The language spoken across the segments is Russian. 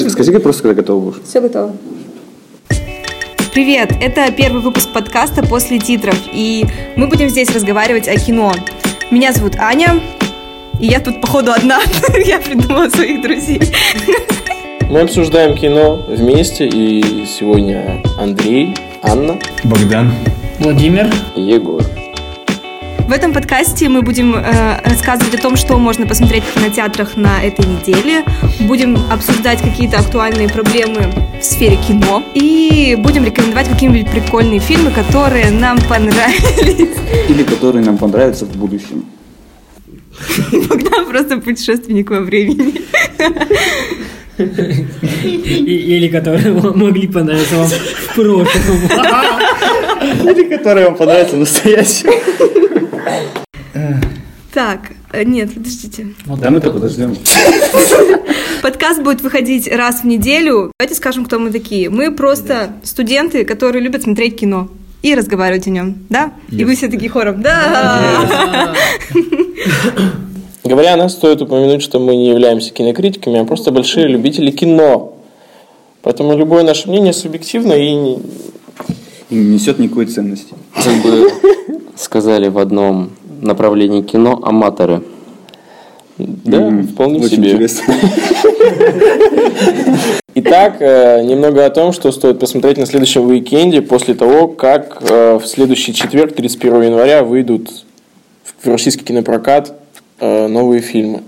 Скажи просто, когда готова будешь. Все готово. Привет! Это первый выпуск подкаста «После титров», и мы будем здесь разговаривать о кино. Меня зовут Аня, и я тут, походу, одна. Я придумала своих друзей. Мы обсуждаем кино вместе, и сегодня Андрей, Анна, Богдан, Владимир и Егор. В этом подкасте мы будем рассказывать о том, что можно посмотреть в кинотеатрах на этой неделе. Будем обсуждать какие-то актуальные проблемы в сфере кино. И будем рекомендовать какие-нибудь прикольные фильмы, которые нам понравились. Или которые нам понравятся в будущем. Богдан просто путешественник во времени. Или которые могли понравиться вам в прошлом. Или которые вам понравятся в настоящем. Так, нет, подождите. Да, мы-то подождем. Подкаст будет выходить раз в неделю. Давайте скажем, кто мы такие. Мы просто студенты, которые любят смотреть кино и разговаривать о нем, да? И вы все такие хором, да! Говоря о нас, стоит упомянуть, что мы не являемся кинокритиками, а просто большие любители кино. Поэтому любое наше мнение субъективно и не несет никакой ценности. Как бы сказали в одном направлении кино аматоры. Да, вполне очень себе. Интересно. Итак, немного о том, что стоит посмотреть на следующем уикенде после того, как в следующий четверг, 31 января, выйдут в российский кинопрокат новые фильмы.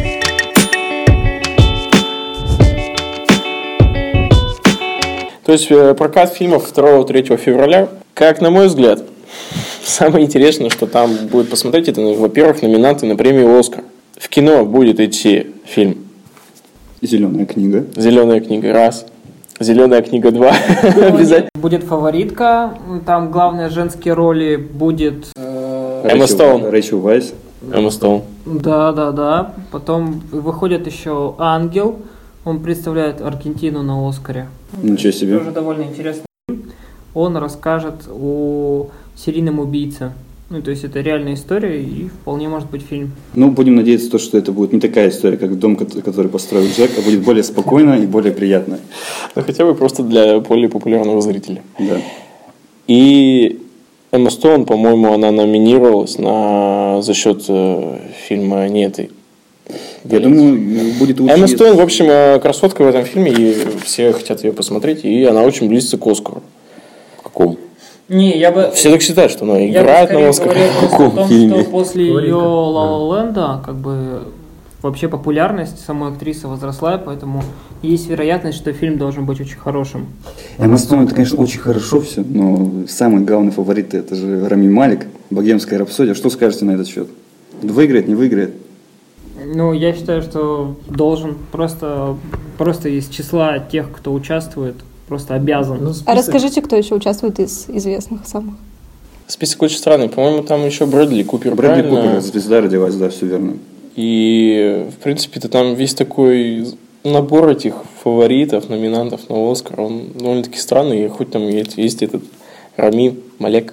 То есть прокат фильмов 2-3 февраля, как на мой взгляд, самое интересное, что там будет посмотреть, это, во-первых, номинанты на премию «Оскар». В кино будет идти фильм «Зеленая книга». «Зеленая книга» раз. «Зеленая книга» 2. Обязательно. Будет «Фаворитка», там главные женские роли будет... Эмма Стоун. Рэйчел Вайс. Эмма Стоун. Да. Потом выходит еще «Ангел». Он представляет Аргентину на «Оскаре». Ничего себе. Тоже довольно интересный фильм. Он расскажет о серийном убийце. Ну, то есть это реальная история и вполне может быть фильм. Ну, будем надеяться, что это будет не такая история, как «Дом, который построил Джек», а будет более спокойная и более приятная. Ну, хотя бы просто для более популярного зрителя. Да. И Эмма Стоун, по-моему, она номинировалась за счет фильма «Не этой». Я думаю, будет лучше. Эмма Стоун, в общем, красотка в этом фильме, и все хотят ее посмотреть, и она очень близится к «Оскару». Какому? Не, я бы... Все так считают, что она играет на «Оскар». В каком фильме? Что после ее «Ла Ла Ленда» как бы вообще популярность самой актрисы возросла, поэтому есть вероятность, что фильм должен быть очень хорошим. Эмма Стоун, это, конечно, очень хорошо все, но самый главный фаворит это же Рами Малик, «Богемская рапсодия». Что скажете на этот счет? Выиграет, не выиграет? Ну, я считаю, что должен. Просто из числа тех, кто участвует, просто обязан. А расскажите, кто еще участвует из известных самых? Список очень странный. По-моему, там еще Брэдли Купер. Брэдли Купер, звезда родилась, да, все верно. И, в принципе-то, там весь такой набор этих фаворитов, номинантов на «Оскар», он довольно-таки странный. И хоть там есть этот Рами Малек.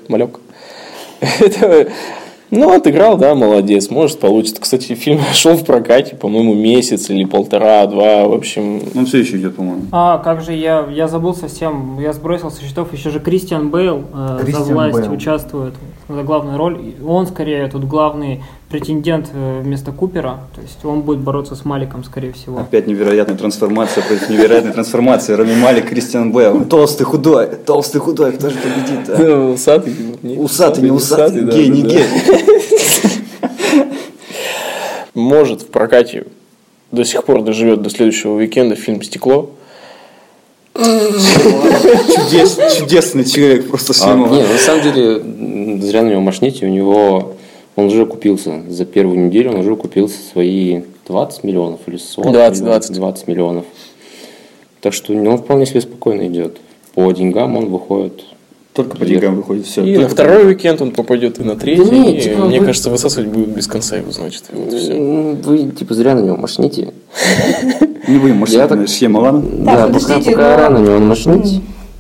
Ну, отыграл, да, молодец, может, получится. Кстати, фильм шел в прокате, по-моему, месяц или полтора-два, в общем... Он все еще идет, по-моему. Как же я забыл совсем, я сбросил со счетов, еще же Кристиан Бейл за власть участвует, за главную роль. Он, скорее, тут главный претендент вместо Купера, то есть он будет бороться с Маликом, скорее всего. Опять невероятная трансформация против невероятной трансформации. Рами Малик, Кристиан Бейл. Толстый, худой, кто же победит? Усатый, не усатый, гей, не гей. Может, в прокате до сих пор доживет до следующего уикенда фильм «Стекло». Чудесный человек, просто шлемов. Не, на самом деле, зря на него мошните, он уже купился, за первую неделю он уже купился свои 20 миллионов или 40 20 миллионов. Так что он вполне себе спокойно идет. По деньгам он выходит. Только по деньгам выходит, все. И на второй уикенд он попадет, и на третий. Мне кажется, высасывать будет без конца его, значит. Вот все. Вы, зря на него мошните. Не будем мошнить на Шьямалана. Да, пока рано на него мошнить.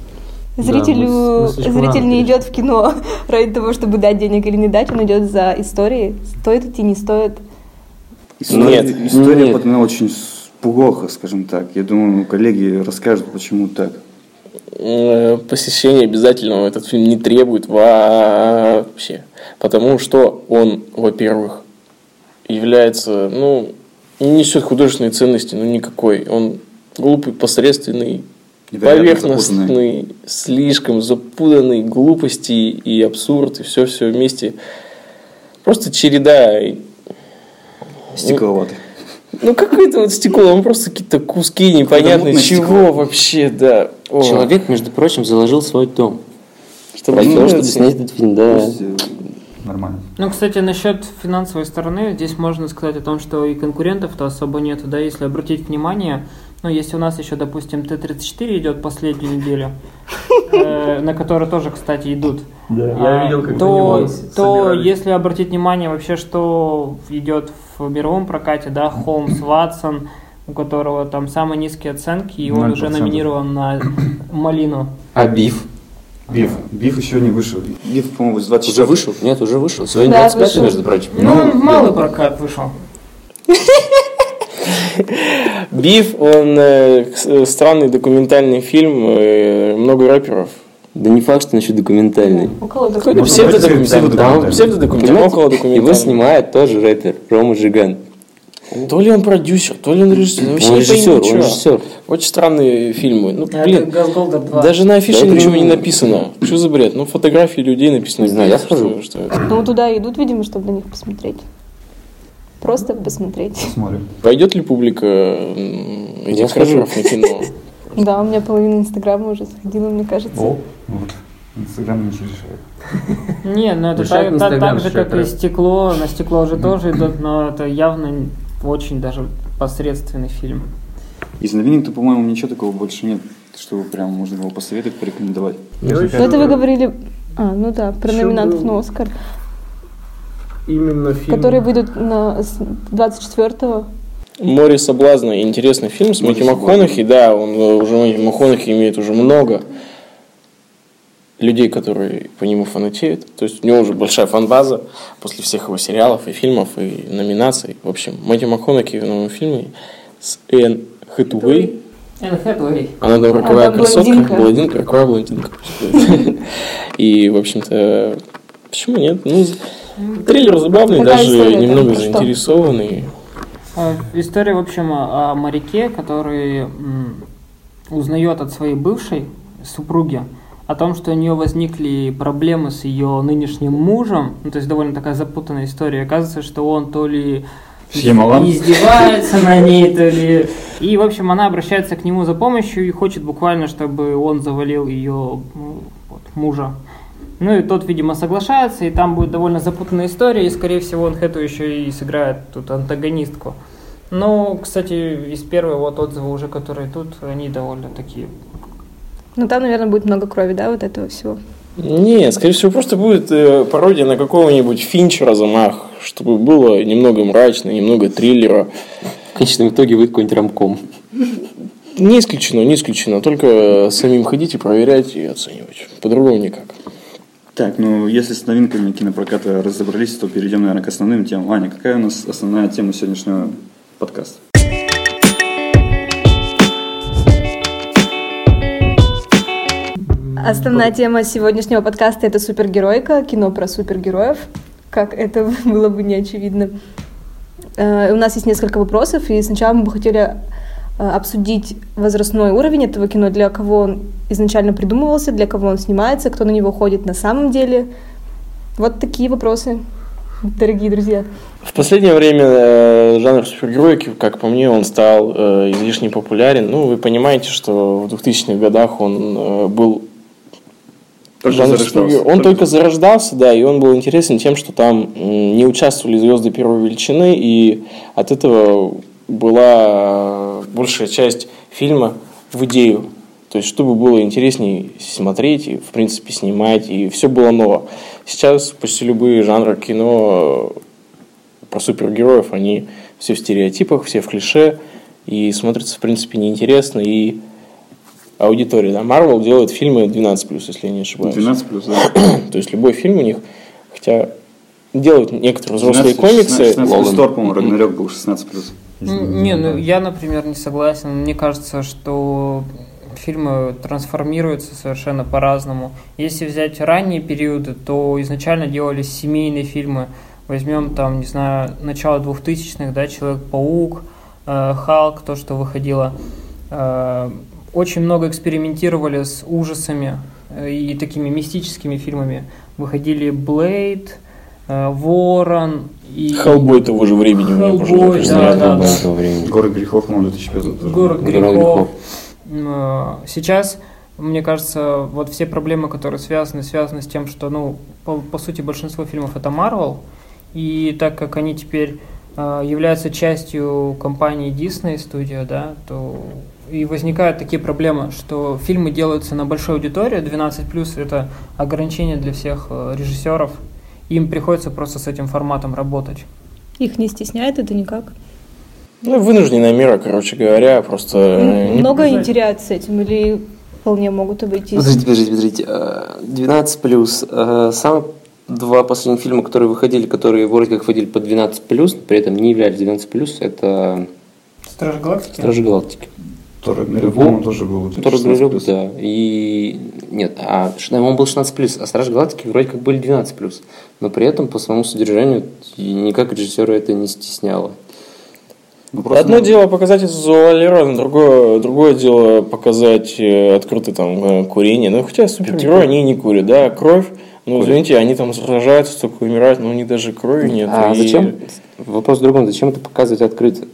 Зритель не идет в кино ради того, чтобы дать денег или не дать, он идет за историей. Стоит идти, не стоит. История, она очень плохо, скажем так. Я думаю, коллеги расскажут, почему так. Посещение обязательного этот фильм не требует вообще. Потому что он, во-первых, является, не несет художественной ценности, никакой. Он глупый, посредственный, поверхностный, слишком запутанный, глупости и абсурд, и все вместе. Просто череда. Стекловатый. Какое-то стекло, он просто какие-то куски непонятные, чего стекло. Вообще, да. Человек, между прочим, заложил свой дом. Чтобы снять этот фильм, да. Нормально. Кстати, насчет финансовой стороны, здесь можно сказать о том, что и конкурентов-то особо нету, да, если обратить внимание, если у нас еще, допустим, Т-34 идет последнюю неделю, на которой тоже, кстати, идут, я видел, как то если обратить внимание вообще, что идет в мировом прокате, да, Холмс, Ватсон, у которого там самые низкие оценки, и он 0%. Уже номинирован на Малину. А Биф? Биф еще не вышел. Биф, по-моему, с 24. Уже вышел? Нет, уже вышел. Сегодня 25, между прочим. Малый прокат вышел. Биф, он странный документальный фильм, много рэперов. Да не факт, что он еще документальный. Псевдодокументальный, около документальный. Его снимает тоже рэпер Рома Жиган. То ли он продюсер, то ли он режиссер. Он режиссер. Очень странные фильмы. Даже на афише ничего не написано. Что за бред? Фотографии людей написаны. Не знаю, я схожу. Туда идут, видимо, чтобы на них посмотреть. Просто посмотреть. Посмотрим. Пойдет ли публика этих рэперов на кино? Да, у меня половина Инстаграма уже сходила, мне кажется. Инстаграм ничего решает. Не, это так же, как и стекло. На стекло уже тоже идут, но это явно очень даже посредственный фильм. Из новинок-то, по-моему, ничего такого больше нет, чтобы прям можно было посоветовать, порекомендовать. Это вы говорили, про номинантов на Оскар. Именно фильм. Которые выйдут на 24-го. «Море соблазна». Интересный фильм с Мэтью МакКонахи. Да, Мэтью МакКонахи имеет уже много людей, которые по нему фанатеют. То есть у него уже большая фан-база после всех его сериалов и фильмов, и номинаций. В общем, Мэтью МакКонахи в новом фильме с Энн Хэтэуэй. Она там роковая красотка, блондинка, роковая блондинка. И, в общем-то, почему нет? Трейлер забавный, даже немного заинтересованный. История, в общем, о моряке, который узнает от своей бывшей супруги о том, что у нее возникли проблемы с ее нынешним мужем. То есть довольно такая запутанная история. Оказывается, что он то ли издевается на ней, то ли... И, в общем, она обращается к нему за помощью и хочет буквально, чтобы он завалил ее мужа. И тот, видимо, соглашается, и там будет довольно запутанная история, и, скорее всего, он Хэтэуэй еще и сыграет тут антагонистку. Но, кстати, из первого отзыва уже, которые тут, они довольно такие. Там, наверное, будет много крови, да, вот этого всего? Нет, скорее всего, просто будет пародия на какого-нибудь Финчера «Замах», чтобы было немного мрачно, немного триллера. В конечном итоге будет какой-нибудь ромком. Не исключено. Только самим ходить и проверять и оценивать. По-другому никак. Так, если с новинками кинопроката разобрались, то перейдем, наверное, к основным темам. Аня, какая у нас основная тема сегодняшнего подкаста? Основная тема сегодняшнего подкаста – это супергеройка, кино про супергероев, как это было бы не очевидно. У нас есть несколько вопросов, и сначала мы бы хотели обсудить возрастной уровень этого кино, для кого он изначально придумывался, для кого он снимается, кто на него ходит на самом деле. Вот такие вопросы, дорогие друзья. В последнее время жанр супергероики, как по мне, он стал излишне популярен. Вы понимаете, что в 2000-х годах он был... Он только зарождался, да, и он был интересен тем, что там не участвовали звезды первой величины, и от этого была большая часть фильма в идею. То есть, чтобы было интереснее смотреть и, в принципе, снимать, и все было ново. Сейчас почти любые жанры кино про супергероев, они все в стереотипах, все в клише, и смотрятся, в принципе, неинтересно, и аудитория, да, Marvel делает фильмы 12+, если я не ошибаюсь. 12+, да. То есть, любой фильм у них, хотя делают некоторые взрослые комиксы. 16+, Тор, по-моему, Рагнарёк был 16+. Я, например, не согласен. Мне кажется, что фильмы трансформируются совершенно по-разному. Если взять ранние периоды, то изначально делались семейные фильмы. Возьмем там, не знаю, начало 2000-х, да, Человек-паук, Халк, то, что выходило. Очень много экспериментировали с ужасами и такими мистическими фильмами. Выходили Блейд, Ворон и... Хеллбой того же времени. Хеллбой, да. Город грехов, по-моему, 2005 тоже. Город грехов. Сейчас, мне кажется, вот все проблемы, которые связаны с тем, что, по сути, большинство фильмов это Marvel, и так как они теперь являются частью компании Disney Studio, да, то и возникают такие проблемы, что фильмы делаются на большую аудиторию, 12+, это ограничение для всех режиссеров, им приходится просто с этим форматом работать. Их не стесняет это никак? Вынужденная мера, короче говоря, просто... Много они теряют с этим или вполне могут обойтись? Подождите. 12+. Самые два последних фильма, которые выходили, которые вроде как выходили по 12+, но при этом не являлись 12+, это... Стражи Галактики? Стражи Галактики. Тор Рагнарёк, по-моему, тоже был. Тор Рагнарёк, да. И... Нет, он был 16+, а Стражи Галактики вроде как были 12+. Но при этом по своему содержанию никак режиссера это не стесняло. Одно дело показать визуальный роль, другое дело показать открытое там курение. Хотя супергерои, они не курят, да, кровь. Извините, они там сражаются, столько умирают, но у них даже крови нет. Зачем? Вопрос в другом, зачем это показывать открыто?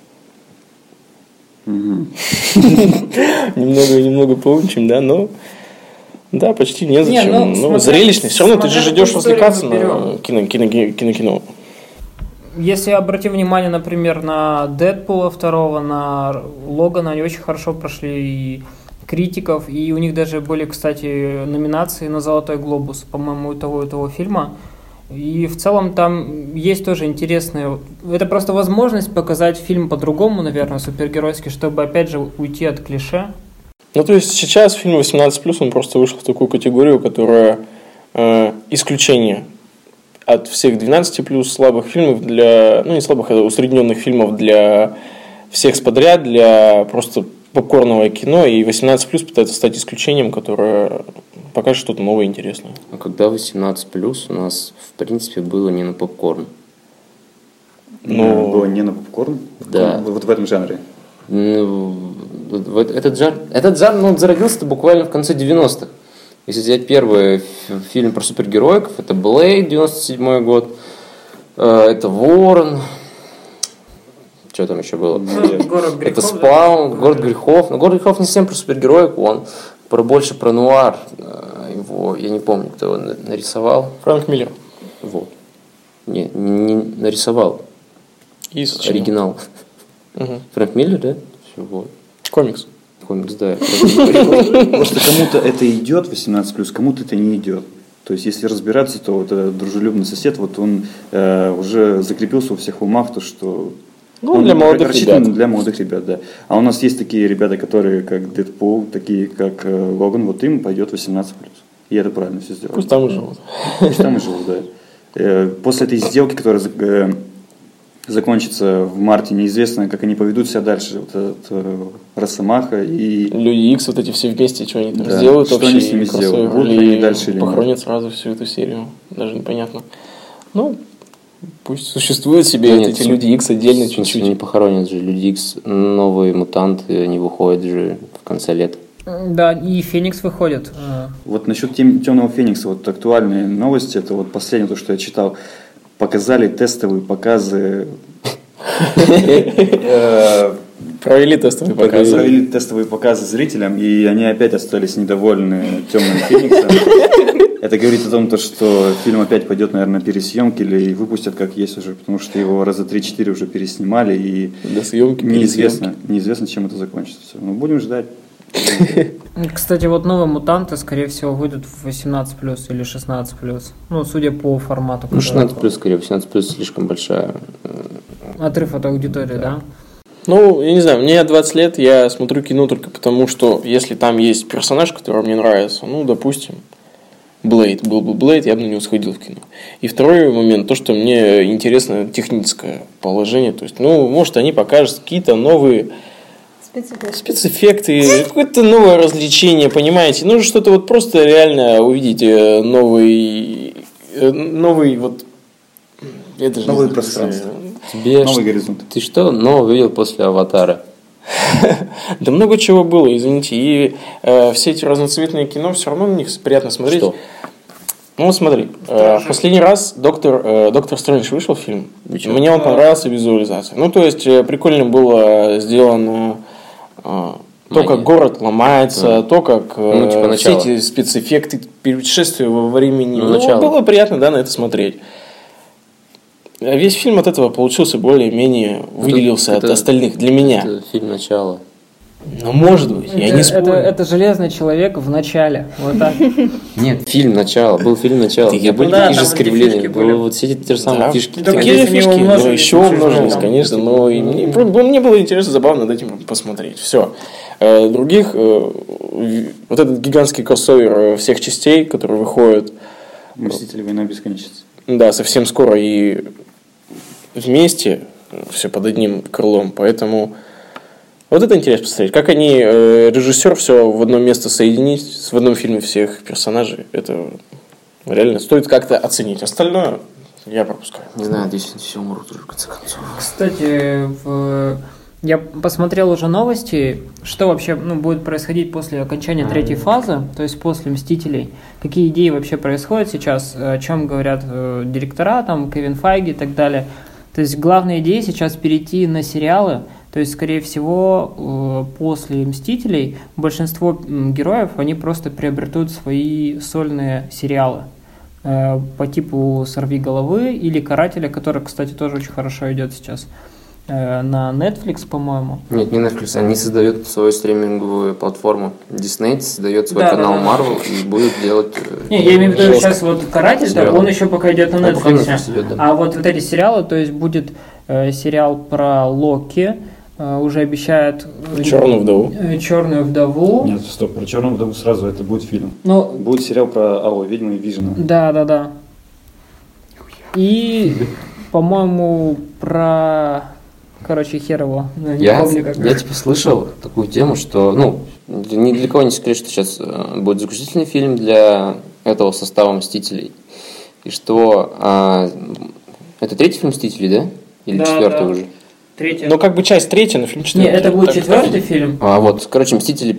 Немного поучим, да, но... Да, почти незачем. Зрелищность. Все равно ты же идешь развлекаться на кино. Если обратим внимание, например, на Дэдпула 2, на Логана, они очень хорошо прошли и критиков, и у них даже были, кстати, номинации на «Золотой глобус», по-моему, у того фильма. И в целом там есть тоже интересные... Это просто возможность показать фильм по-другому, наверное, супергеройский, чтобы, опять же, уйти от клише. То есть сейчас фильм 18+, он просто вышел в такую категорию, которая исключение от всех 12+, слабых фильмов для... не слабых, а усредненных фильмов для всех подряд, для просто попкорного кино, и 18+, пытается стать исключением, которое покажет что-то новое и интересное. А когда 18+, у нас, в принципе, было не на попкорн. Было не на попкорн? Да. Вот в этом жанре? Этот жанр зародился буквально в конце 90-х. Если взять первый фильм про супергероиков, это Блейд, 97 год, это Ворон, что там еще было? Это Спаун, Город грехов. Но Город грехов не совсем про супергероику, он больше про нуар. Его, я не помню, кто его нарисовал. Фрэнк Миллер. Вот. Не нарисовал. Оригинал. Фрэнк Миллер, да? Все, вот. Комикс, да. Просто кому-то это идет 18+, кому-то это не идет. То есть, если разбираться, то вот этот дружелюбный сосед, вот он уже закрепился у всех в умах, то что... он для молодых ребят. Для молодых ребят, да. А у нас есть такие ребята, которые как Дэдпул, такие как Логан, вот им пойдет 18+. И это правильно все сделали. Пусть там и живут. Да. После этой сделки, которая закончится в марте, неизвестно, как они поведут себя дальше. Вот этот Росомаха и... Люди Икс, вот эти все вместе, что они там сделают что вообще. Что они с ними сделают? Будут ли они дальше или нет? Похоронят сразу всю эту серию. Даже непонятно. Пусть существуют себе эти Люди Икс отдельно чуть-чуть. Не похоронят же Люди Икс, новые мутанты, они выходят же в конце лета. Да, и Феникс выходит. Вот насчет Темного Феникса, вот актуальные новости, это вот последнее, то, что я читал. Показали тестовые показы. Провели тестовые показы зрителям, и они опять остались недовольны Темным Фениксом. Это говорит о том, что фильм опять пойдет, наверное, на пересъемки или выпустят как есть уже, потому что его раза 3-4 уже переснимали, и неизвестно, чем это закончится. Все. Но будем ждать. Кстати, вот новые мутанты, скорее всего, выйдут в 18+, или 16+. Судя по формату. 16+, скорее, 18+, слишком большая. Отрыв от аудитории, да? Я не знаю, мне 20 лет, я смотрю кино только потому, что если там есть персонаж, который мне нравится, допустим. Блейд, был бы Блейд, я бы на него сходил в кино. И второй момент, то, что мне интересно техническое положение. То есть, может, они покажут какие-то новые спецэффекты, какое-то новое развлечение, понимаете? Что-то вот просто реально увидеть новый вот... Новое пространство. Новый горизонт. Ты что нового видел после «Аватара»? Да много чего было, извините. И все эти разноцветные кино, все равно на них приятно смотреть. Что? Смотри, последний раз Доктор Стрэндж вышел фильм. Мне он понравился визуализация. То есть, прикольно было сделано то, как город ломается, то, как все эти спецэффекты, путешествия во времени. Было приятно, на это смотреть. Весь фильм от этого получился более-менее, выделился от остальных для меня. Это фильм «Начало». Может быть, я не спорю. Это «Железный человек» в начале. Вот так. Нет, фильм «Начало». Был фильм «Начало». Где были такие же искривления. Вот все эти самые фишки. Такие фишки, еще умножились, конечно. Но мне было интересно, забавно над этим посмотреть. Все. Других, вот этот гигантский кроссовер всех частей, который выходит... «Мстители. Война бесконечности». Да, совсем скоро и вместе, все под одним крылом. Поэтому вот это интересно посмотреть. Как они, режиссер, все в одно место соединить, в одном фильме всех персонажей. Это реально стоит как-то оценить. Остальное я пропускаю. Не знаю, здесь все умрут уже в конце концов. Кстати, я посмотрел уже новости, что вообще будет происходить после окончания третьей фазы, то есть после «Мстителей». Какие идеи вообще происходят сейчас, о чем говорят директора, Кевин Файги и так далее. То есть главная идея сейчас перейти на сериалы. То есть, скорее всего, после «Мстителей» большинство героев, они просто приобретут свои сольные сериалы по типу «Сорвиголовы» или «Карателя», который, кстати, тоже очень хорошо идет сейчас. На Netflix, по-моему. Нет, не Netflix, они создают свою стриминговую платформу. Disney создает свой канал Marvel и будет делать... Не, я имею в виду сейчас вот «Каратель», он еще пока идет на Netflix. А вот эти сериалы, то есть будет сериал про Локи, уже обещают... «Черную вдову». «Черную вдову». Нет, стоп, про «Черную вдову» сразу это будет фильм. Будет сериал про ведьму и Вижена. Да. И, по-моему, про... хер его. Я слышал такую тему, что, ни для кого не секрет, что сейчас будет заключительный фильм для этого состава «Мстителей». И что... это третий фильм «Мстителей», да? Или четвертый уже? Третий. Часть третья, но фильм четвертый. Нет, это будет четвертый фильм. «Мстители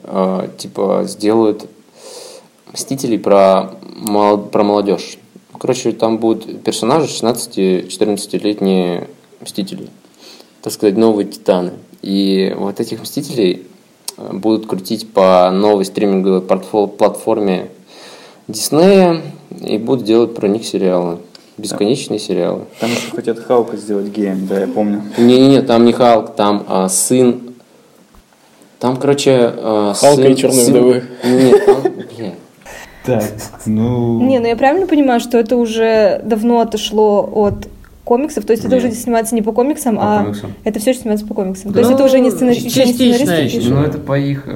5» сделают «Мстителей» про молодежь. Там будут персонажи 16-14-летние «Мстители». Так сказать, новые титаны. И вот этих «Мстителей» будут крутить по новой стриминговой платформе Диснея и будут делать про них сериалы. Бесконечные сериалы. Там еще хотят Халка сделать геем, да, я помню. Не, там не Халк, там сын. Там, Халка сын, и «Черные вдовы». Нет, там, Так, я правильно понимаю, что это уже давно отошло от комиксов, то есть это уже снимается не по комиксам, это все снимается по комиксам. То есть это уже не сценаристы пишут. Это по их...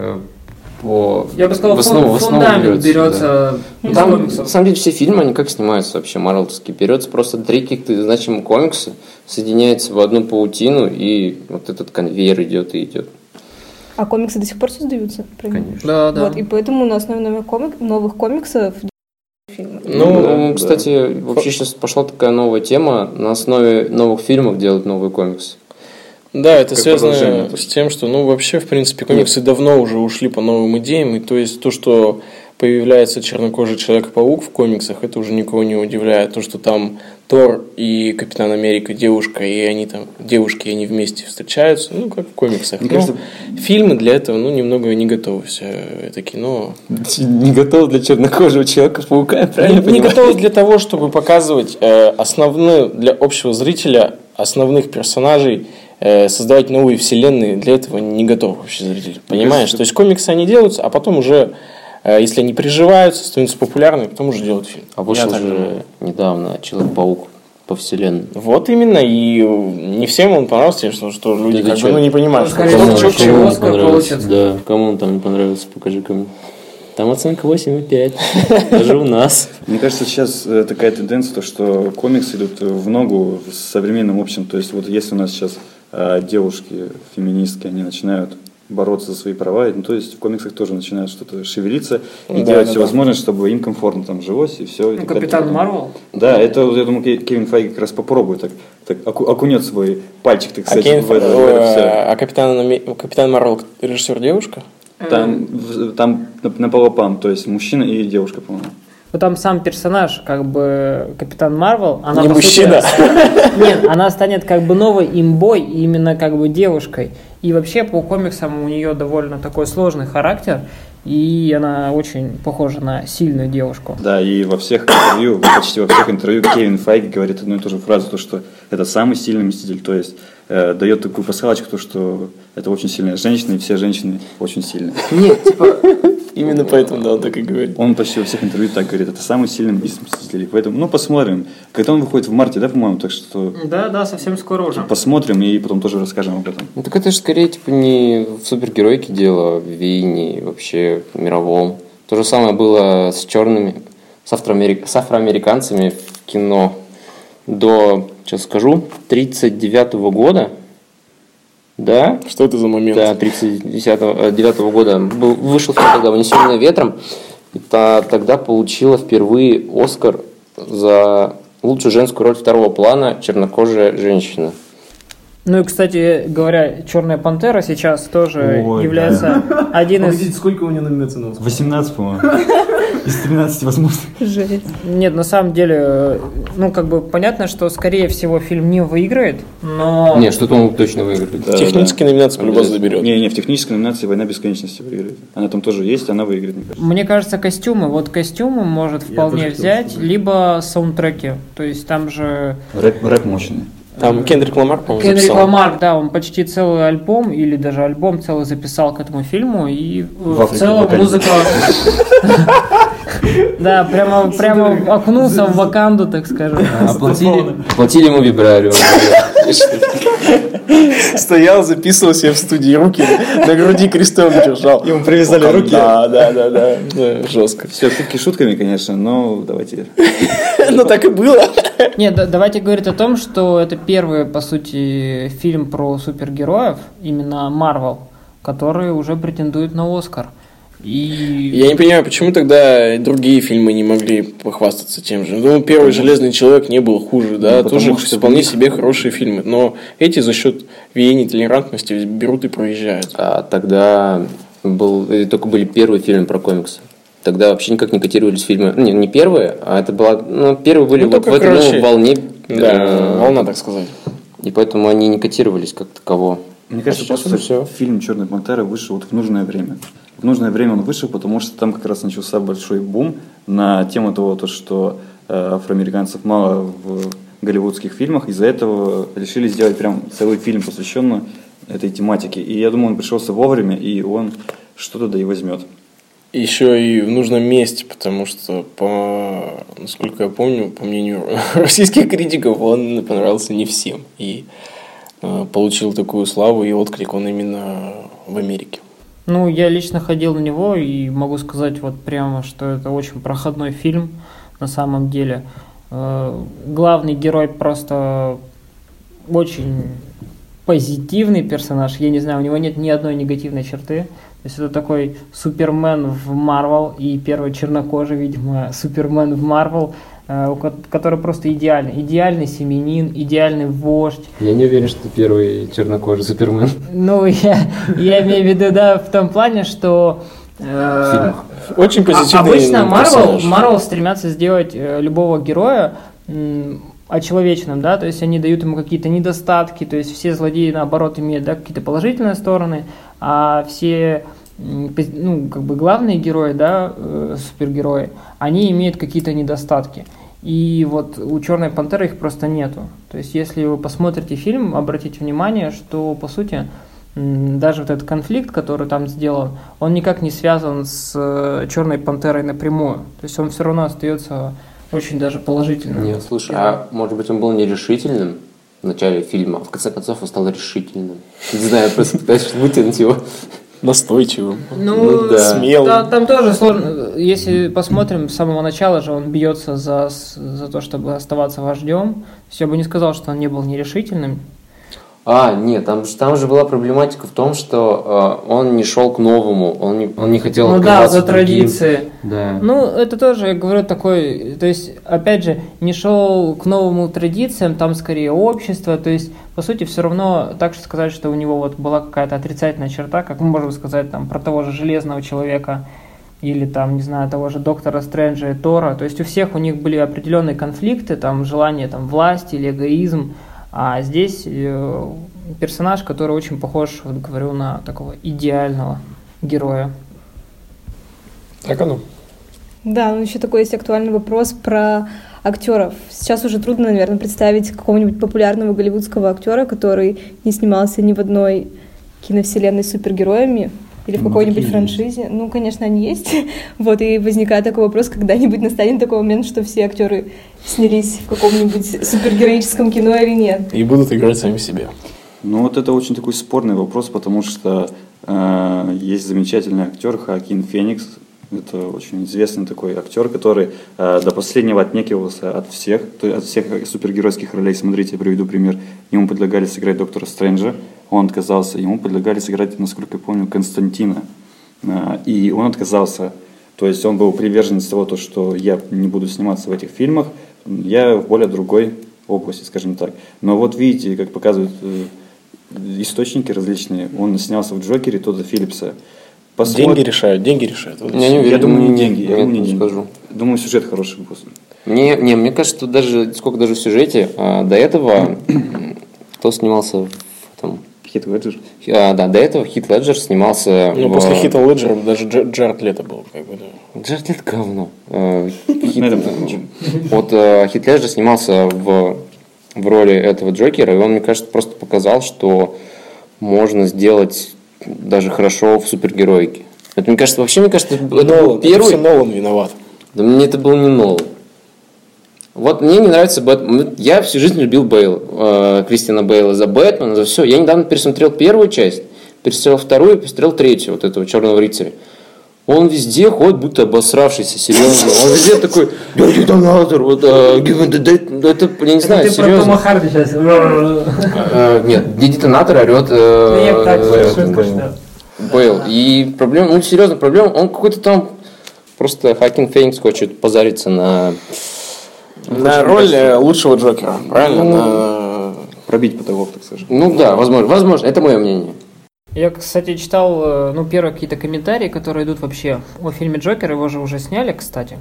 Я бы сказал, фундамент берется из там, комиксов. на самом деле, все фильмы, они как снимаются вообще, марвеловские. Берется просто 3 каких-то значимых комикса, соединяется в одну паутину, и вот этот конвейер идет и идет. А комиксы до сих пор создаются? Конечно. Да. Вот, и поэтому на основе новых комиксов фильмы. Кстати, вообще сейчас пошла такая новая тема, на основе новых фильмов делать новые комиксы. Да, это связано с тем, что, вообще, в принципе, комиксы давно уже ушли по новым идеям, и то есть то, что появляется чернокожий Человек-паук в комиксах, это уже никого не удивляет. То, что там Тор и Капитан Америка девушка, и они там, девушки, и они вместе встречаются, как в комиксах. Фильмы для этого, немного не готовы все это кино. Не готовы для чернокожего Человека-паука, правильно не готовы для того, чтобы показывать основные для общего зрителя, основных персонажей, создавать новые вселенные, для этого не готов вообще зритель. Понимаешь? То есть комиксы они делаются, а потом уже, если они приживаются, становятся популярными, потом уже делают фильм. А вышел же недавно Человек-паук по вселенной. Вот именно, и не всем он понравился, что люди не понимают. Кому он Да, кому он там не понравился, покажи ко мне. Там оценка 8,5. Даже у нас. Мне кажется, сейчас такая тенденция, то, что комиксы идут в ногу с современным обществом. То есть вот если у нас сейчас девушки, феминистки, они начинают бороться за свои права, ну, то есть в комиксах тоже начинают что-то шевелиться и делать все возможное, чтобы им комфортно там жилось и все. Ну, Капитан Марвел? Да, это, я думаю, Кевин Файги как раз попробует так окунет свой пальчик, так сказать, в это. А Капитан Марвел режиссер девушка? Там наполовину, то есть мужчина и девушка, по-моему. Ну, там сам персонаж, как бы Капитан Марвел, она не мужчина. Нет, она станет как бы новой имбой, именно как бы девушкой. И вообще по комиксам у нее довольно такой сложный характер, и она очень похожа на сильную девушку. Да, и почти во всех интервью Кевин Файги говорит одну и ту же фразу, то, что это самый сильный Мститель, то есть дает такую пасхалочку, то, что это очень сильная женщина, и все женщины очень сильные. Нет, именно поэтому, да, он так и говорит. Он почти во всех интервью так говорит, это самый сильный из Мстителей. Поэтому, посмотрим. Когда он выходит в марте, да, по-моему, так что... Да, совсем скоро уже. Посмотрим и потом тоже расскажем об этом. Ну так это же скорее не в супергеройке дело, в веянии вообще мировом. То же самое было с афроамериканцами в кино до, сейчас скажу, 1939 года. Да? Что это за момент? Да, 1939 года вышел фильм тогда «Унесенная ветром». И тогда получила впервые Оскар за лучшую женскую роль второго плана чернокожая женщина. Ну и, кстати говоря, «Черная пантера» сейчас тоже является один из... Погодите, сколько у нее номинаций на Оскар? 18, по-моему. Из 13 возможно. Жесть. Нет, на самом деле, как бы понятно, что, скорее всего, фильм не выиграет, но... Не, что-то он точно выиграет. Да, технические номинации по-любому заберет. Не, в технической номинации «Война бесконечности» выиграет. Она там тоже есть, она выиграет, мне кажется. Мне кажется, костюмы. Вот костюмы может вполне взять, либо саундтреки. То есть там же... Рэп мощный. Там Кендрик Ламар, по-моему, Кендрик записал. Ламар, да, он почти целый альбом, или даже альбом целый записал к этому фильму, и в целом музыка... Да, прямо окунулся в Ваканду, так скажем. Платили ему вибрариум. Стоял, записывал себя в студии, руки на груди крестом держал. Ему привязали руки. Да, жестко. Все, шутки шутками, конечно, но давайте. Ну так и было. Нет, давайте говорить о том, что это первый, по сути, фильм про супергероев, именно Marvel, который уже претендует на Оскар. И... Я не понимаю, почему тогда другие фильмы не могли похвастаться тем же. Ну, первый «Железный человек» не был хуже, да, тоже вполне себе хорошие фильмы. Но эти за счет веяния толерантности берут и проезжают. А тогда только были первые фильмы про комиксы. Тогда вообще никак не котировались фильмы. Не первые, а это была... первые были вот в этой волне. Да, волна, так сказать. И поэтому они не котировались как таково. Мне кажется, просто фильм «Черная пантера» вышел вот в нужное время. В нужное время он вышел, потому что там как раз начался большой бум на тему того, что афроамериканцев мало в голливудских фильмах. Из-за этого решили сделать прям целый фильм, посвященный этой тематике. И я думаю, он пришелся вовремя, и он что-то да и возьмет. Еще и в нужном месте, потому что, насколько я помню, по мнению российских критиков, он понравился не всем. И получил такую славу и отклик он именно в Америке. Я лично ходил на него и могу сказать вот прямо, что это очень проходной фильм на самом деле. Главный герой просто очень позитивный персонаж. Я не знаю, у него нет ни одной негативной черты. То есть это такой Супермен в Марвел и первый чернокожий, видимо, Супермен в Марвел, который просто идеальный. Идеальный семьянин, идеальный вождь. Я не уверен, что первый чернокожий Супермен. Я имею в виду, да, в том плане, что... Очень позитивный обычно Марвел стремятся сделать любого героя очеловеченным, да, то есть они дают ему какие-то недостатки, то есть все злодеи, наоборот, имеют, да, какие-то положительные стороны, а все, главные герои, да, супергерои, они имеют какие-то недостатки. И вот у «Черной пантеры» их просто нету. То есть если вы посмотрите фильм, обратите внимание, что, по сути, даже вот этот конфликт, который там сделан, он никак не связан с «Черной пантерой» напрямую. То есть он все равно остается очень даже положительным. Нет, слушай, а может быть он был нерешительным в начале фильма, а в конце концов он стал решительным? Не знаю, просто пытаюсь вытянуть его. настойчивым, смелым. Там тоже сложно. Если посмотрим, с самого начала же он бьется за то, чтобы оставаться вождем. То есть я бы не сказал, что он не был нерешительным. Нет, там же была проблематика в том, что он не шел к новому, он не хотел отказаться за традиции. Да. Это тоже, я говорю, такой, то есть, опять же, не шел к новому традициям, там скорее общество, то есть, по сути, все равно так же сказать, что у него вот была какая-то отрицательная черта, как мы можем сказать там про того же Железного Человека или там, не знаю, того же Доктора Стрэнджа и Тора, то есть, у них были определенные конфликты, там, желание там власти или эгоизм. А здесь персонаж, который очень похож, вот говорю, на такого идеального героя. Так оно. Да, еще такой есть актуальный вопрос про актеров. Сейчас уже трудно, наверное, представить какого-нибудь популярного голливудского актера, который не снимался ни в одной киновселенной с супергероями или в какой-нибудь франшизе. Конечно, они есть. И возникает такой вопрос, когда-нибудь настанет такой момент, что все актеры снялись в каком-нибудь супергероическом кино или нет. И будут играть сами себя. Это очень такой спорный вопрос, потому что есть замечательный актер Хоакин Феникс. Это очень известный такой актер, который до последнего отнекивался от всех супергеройских ролей. Смотрите, я приведу пример. Ему предлагали сыграть Доктора Стрэнджа, он отказался. Ему предлагали сыграть, насколько я помню, Константина, и он отказался. То есть он был приверженец того, что я не буду сниматься в этих фильмах, я в более другой области, скажем так. Но видите, как показывают источники различные, он снялся в Джокере Тодда Филлипса. Деньги решают. Я думаю, не деньги. Я не скажу. Думаю, сюжет хороший был. Мне кажется, что даже в сюжете до этого кто снимался в Хит Леджер? До этого Хит Леджер снимался... после Хита Леджера даже Джаред Лето был. Джаред Лето говно. Хит Леджер снимался в роли этого Джокера, и он, мне кажется, просто показал, что можно сделать даже хорошо в супергероике. Мне кажется, это был первый... Это все Нолан виноват. Да мне это был не Нолан. Мне не нравится Бэтмен. Я всю жизнь любил Кристиана Бейла за Бэтмена, за все. Я недавно пересмотрел первую часть, пересмотрел вторую, пересмотрел третью, этого Черного рыцаря. Он везде ходит, будто обосравшийся, серьезно. Он везде такой, детонатор, это, я не знаю, серьезно. Ты про Тома Харди сейчас. Нет, где детонатор орет Бейл. И проблема, серьезно, он какой-то там, просто Хоакин Феникс хочет позариться на роль лучшего Джокера, правильно? Пробить потолок, так скажем. Возможно, это мое мнение. Я, кстати, читал, первые какие-то комментарии, которые идут вообще о фильме «Джокер», его же уже сняли, кстати,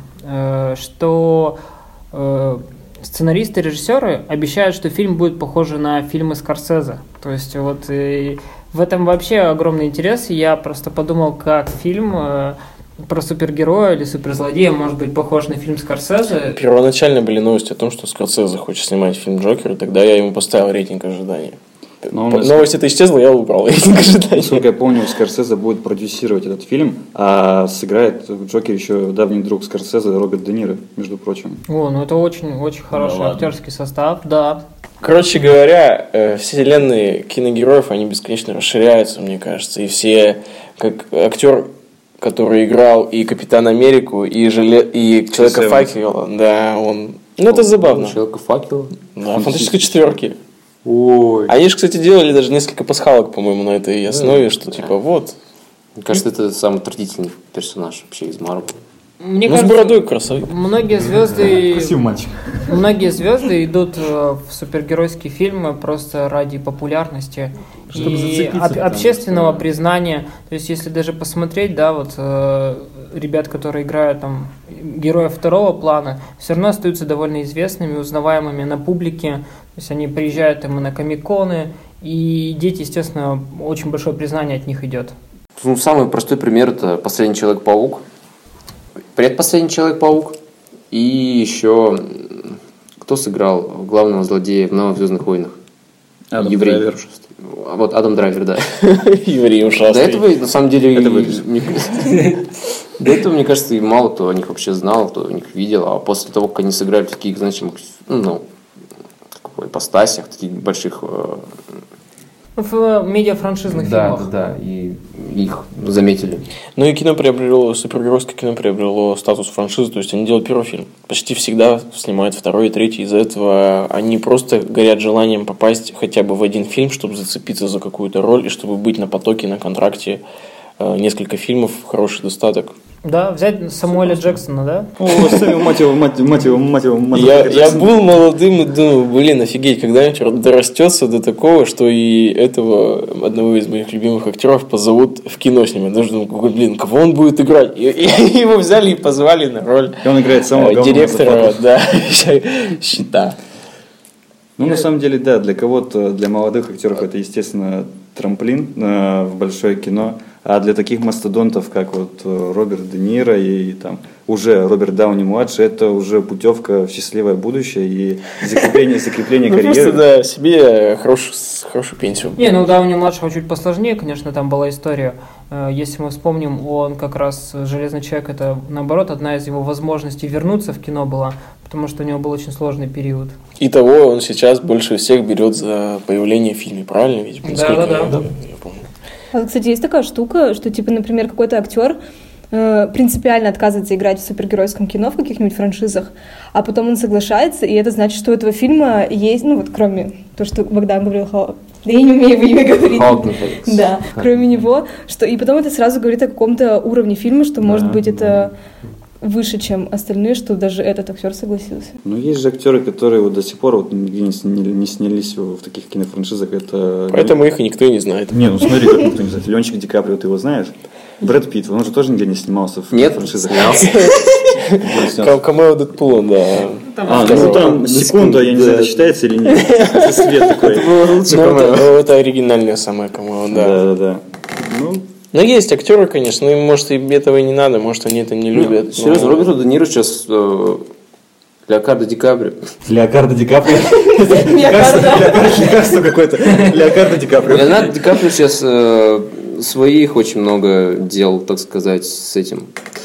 что сценаристы и режиссеры обещают, что фильм будет похож на фильмы Скорсезе. То есть в этом вообще огромный интерес. Я просто подумал, как фильм про супергероя или суперзлодея может быть похож на фильм Скорсезе. Первоначально были новости о том, что Скорсезе хочет снимать фильм «Джокер», и тогда я ему поставил рейтинг ожидания. Новость эта исчезла, я убрал рейтинг ожидания. Насколько я помню, Скорсезе будет продюсировать этот фильм, а сыграет в Джокере еще давний друг Скорсезе Роберт Де Ниро, между прочим. Это очень хороший актерский состав, да. Короче говоря, вселенные киногероев, они бесконечно расширяются, мне кажется, и все, как актер, который играл и Капитана Америку, и Человека-факела, да, он... это забавно. Человека-факела? Да, фантастической четверки. Ой. Они же, кстати, делали даже несколько пасхалок, по-моему, на этой основе, что Мне кажется, это самый отвратительный персонаж вообще из Марвел. Мне кажется, с бородой красавец. Многие звезды... Красивый мальчик. Многие звезды идут в супергеройские фильмы просто ради популярности и общественного признания. То есть, если даже посмотреть, ребят, которые играют там героев второго плана, все равно остаются довольно известными, узнаваемыми на публике. То есть, они приезжают там и на комик-коны, и дети, естественно, очень большое признание от них идет. Самый простой пример – это «Последний Человек-паук». Предпоследний Человек-паук. И еще кто сыграл главного злодея в «Новых Звездных войнах»? Адам Драйвер. Адам Драйвер, да. Еврей ушастый. До этого, на самом деле, до этого, мне кажется, и мало кто о них вообще знал, кто о них видел. А после того, как они сыграли в таких значимых ипостасях, в таких больших... В медиафраншизных фильмах. Да, и их заметили. Ну и супергеройское кино приобрело статус франшизы, то есть они делают первый фильм. Почти всегда снимают второй и третий. Из-за этого они просто горят желанием попасть хотя бы в один фильм, чтобы зацепиться за какую-то роль и чтобы быть на потоке, на контракте. Несколько фильмов, хороший достаток. Да, взять Самуэля Джексона, да? О, мать его. Я был молодым и думал, офигеть, когда-нибудь дорастется до такого, что и этого одного из моих любимых актеров позовут в кино с ним. Я даже думал, кого он будет играть? И его взяли и позвали на роль и он играет самого директора, «Щита». Ну, на самом деле, да, для кого-то, для молодых актеров это, естественно, трамплин в большое кино, а для таких мастодонтов, как вот Роберт Де Ниро и там уже Роберт Дауни-младший, это уже путевка в счастливое будущее и закрепление карьеры. Просто, да, себе хорошую пенсию. Не, Дауни-младшего чуть посложнее, конечно, там была история. Если мы вспомним, он как раз, «Железный человек», это, наоборот, одна из его возможностей вернуться в кино была, потому что у него был очень сложный период. Итого он сейчас больше всех берет за появление в фильме, правильно? Ведь, да. Я помню. А, кстати, есть такая штука, что, типа, например, какой-то актер принципиально отказывается играть в супергеройском кино в каких-нибудь франшизах, а потом он соглашается, и это значит, что у этого фильма есть, кроме того, что Богдан говорил, я не умею его имя говорить. Да, кроме него, что и потом это сразу говорит о каком-то уровне фильма, что, может быть, это выше, чем остальные, что даже этот актер согласился. Ну, есть же актеры, которые вот до сих пор вот нигде не снялись в таких кинофраншизах. Поэтому их и никто и не знает. Не, смотри, как никто не знает. Ленчик Ди Каприо, ты его знаешь? Брэд Питт, он же тоже нигде не снимался в франшизах. Нет, Камео Дэдпула, да. Там секунда, я не знаю, это считается или нет. Это свет такой. Это оригинальное самое камео, да. Да. Но есть актеры, конечно, им, может, и этого и не надо, может, они это не любят. Серьезно, Роберту Де Ниро сейчас Леокардо Ди Каприо. Леокардо Ди Каприо? Лекарство какое-то. Леокардо Ди Каприо. Леонардо Ди Каприо сейчас своих очень много дел, так сказать, с этим.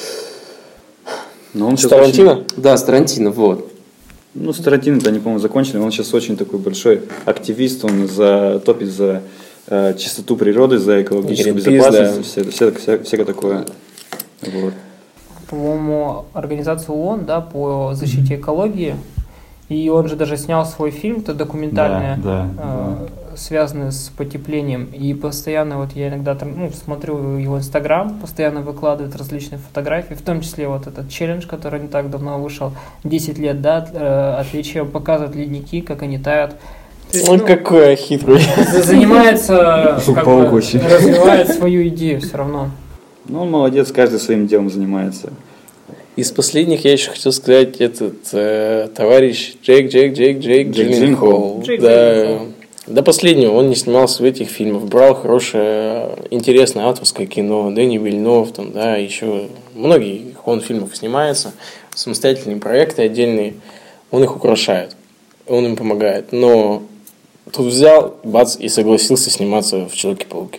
С Тарантино? Да, с Тарантино, вот. Ну, с Тарантино-то они, по-моему, закончили. Он сейчас очень такой большой активист, он топит за чистоту природы, за экологическую безопасность, всякое такое. Вот. По-моему, организация ООН, да, по защите экологии, и он же даже снял свой фильм, то документальный, связанный с потеплением, и постоянно вот я иногда там, смотрю его Инстаграм, постоянно выкладывает различные фотографии, в том числе вот этот челлендж, который не так давно вышел, 10 лет, да, отличия, показывают ледники, как они тают. Какой хитрый. Занимается, развивает свою идею все равно. Ну, он молодец, каждый своим делом занимается. Из последних я еще хотел сказать товарищ Джейк Джилленхол. До последнего он не снимался в этих фильмах, брал хорошее, интересное авторское кино, Дэнни Вильнев, еще многие он фильмов снимается, самостоятельные проекты отдельные, он их украшает, он им помогает, но тут взял, бац, и согласился сниматься в Человеке-пауке.